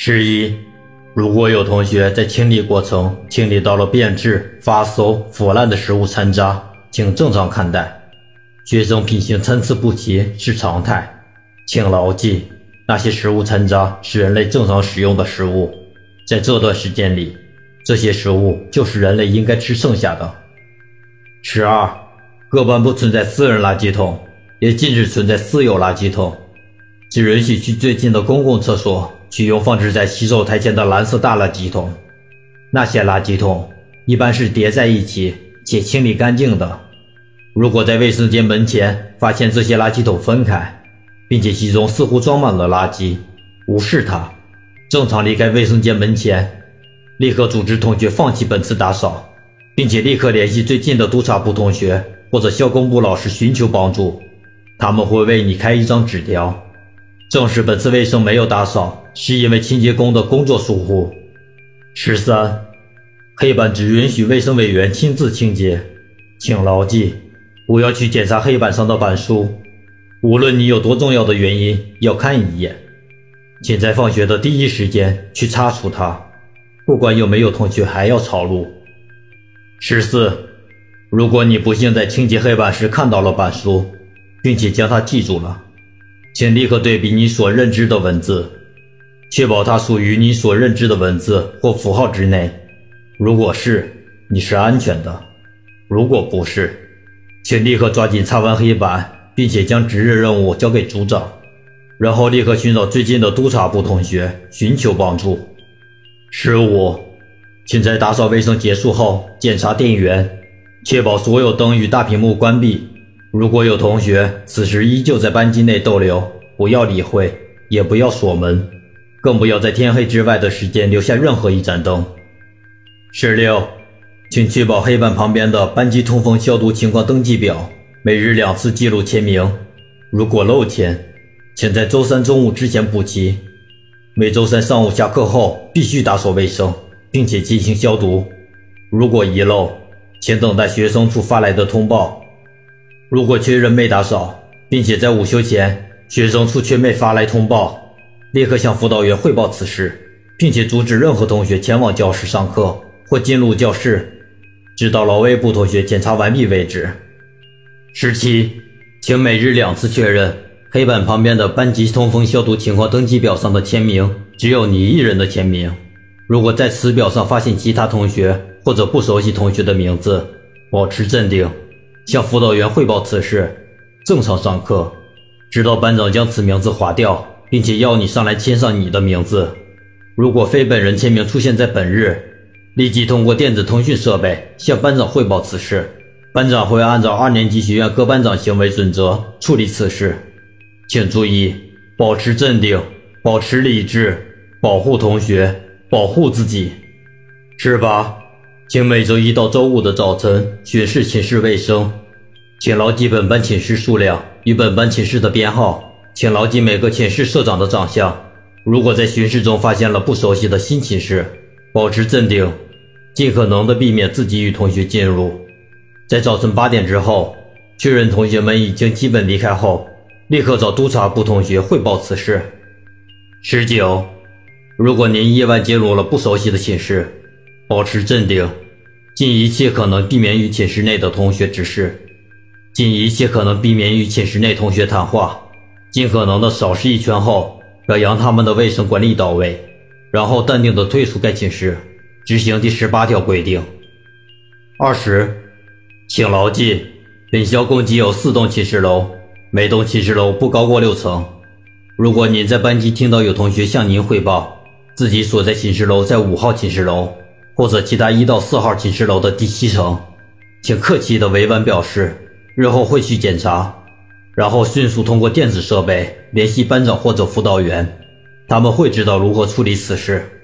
11. 如果有同学在清理过程清理到了变质、发馊、腐烂的食物残渣，请正常看待。学生品行参差不齐是常态，请牢记，那些食物残渣是人类正常使用的食物，在这段时间里，这些食物就是人类应该吃剩下的。12. 各班不存在私人垃圾桶，也禁止存在私有垃圾桶，只允许去最近的公共厕所取用放置在洗手台前的蓝色大垃圾桶。那些垃圾桶一般是叠在一起且清理干净的。如果在卫生间门前发现这些垃圾桶分开，并且其中似乎装满了垃圾，无视它，正常离开卫生间门前，立刻组织同学放弃本次打扫，并且立刻联系最近的督察部同学或者校工部老师寻求帮助，他们会为你开一张纸条，证实本次卫生没有打扫是因为清洁工的工作疏忽。13. 黑板只允许卫生委员亲自清洁，请牢记，不要去检查黑板上的板书，无论你有多重要的原因要看一眼，请在放学的第一时间去擦除它，不管有没有同学还要抄录。14. 如果你不幸在清洁黑板时看到了板书，并且将它记住了，请立刻对比你所认知的文字，确保它属于你所认知的文字或符号之内。如果是，你是安全的；如果不是，请立刻抓紧擦完黑板，并且将值日任务交给组长，然后立刻寻找最近的督察部同学寻求帮助。15. 请在打扫卫生结束后检查电源，确保所有灯与大屏幕关闭。如果有同学此时依旧在班级内逗留，不要理会，也不要锁门，更不要在天黑之外的时间留下任何一盏灯。16. 请确保黑板旁边的班级通风消毒情况登记表每日2次记录签名，如果漏签，请在周三中午之前补齐。每周三上午下课后必须打扫卫生，并且进行消毒。如果遗漏，请等待学生处发来的通报。如果确认没打扫，并且在午休前学生处却没发来通报，立刻向辅导员汇报此事，并且阻止任何同学前往教室上课或进入教室，直到劳卫部同学检查完毕为止。17. 请每日2次确认黑板旁边的班级通风消毒情况登记表上的签名只有你一人的签名。如果在此表上发现其他同学或者不熟悉同学的名字，保持镇定，向辅导员汇报此事，正常上课，直到班长将此名字划掉，并且要你上来签上你的名字。如果非本人签名出现在本日，立即通过电子通讯设备向班长汇报此事，班长会按照2年级学院各班长行为准则处理此事。请注意，保持镇定，保持理智，保护同学，保护自己。18. 请每周一到周五的早晨巡视寝室卫生，请牢记本班寝室数量与本班寝室的编号，请牢记每个寝室社长的长相。如果在巡视中发现了不熟悉的新寝室，保持镇定，尽可能的避免自己与同学进入。在早晨8点之后，确认同学们已经基本离开后，立刻找督察部同学汇报此事。19. 如果您意外进入了不熟悉的寝室，保持镇定，尽一切可能避免与寝室内的同学直视，尽一切可能避免与寝室内同学谈话，尽可能的扫视一圈后，表扬他们的卫生管理到位，然后淡定地退出该寝室，执行第18条规定。20. 请牢记，本校共计有4栋寝室楼，每栋寝室楼不高过6层。如果您在班级听到有同学向您汇报自己所在寝室楼在5号寝室楼或者其他1到4号寝室楼的第7层，请客气地委婉表示日后会去检查，然后迅速通过电子设备联系班长或者辅导员，他们会知道如何处理此事。